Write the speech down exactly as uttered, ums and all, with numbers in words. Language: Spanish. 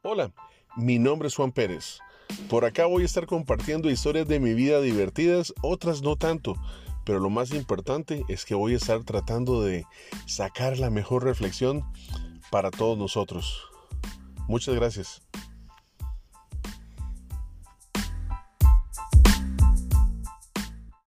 Hola, mi nombre es Juan Pérez. Por acá voy a estar compartiendo historias de mi vida divertidas, otras no tanto, pero lo más importante es que voy a estar tratando de sacar la mejor reflexión para todos nosotros. Muchas gracias.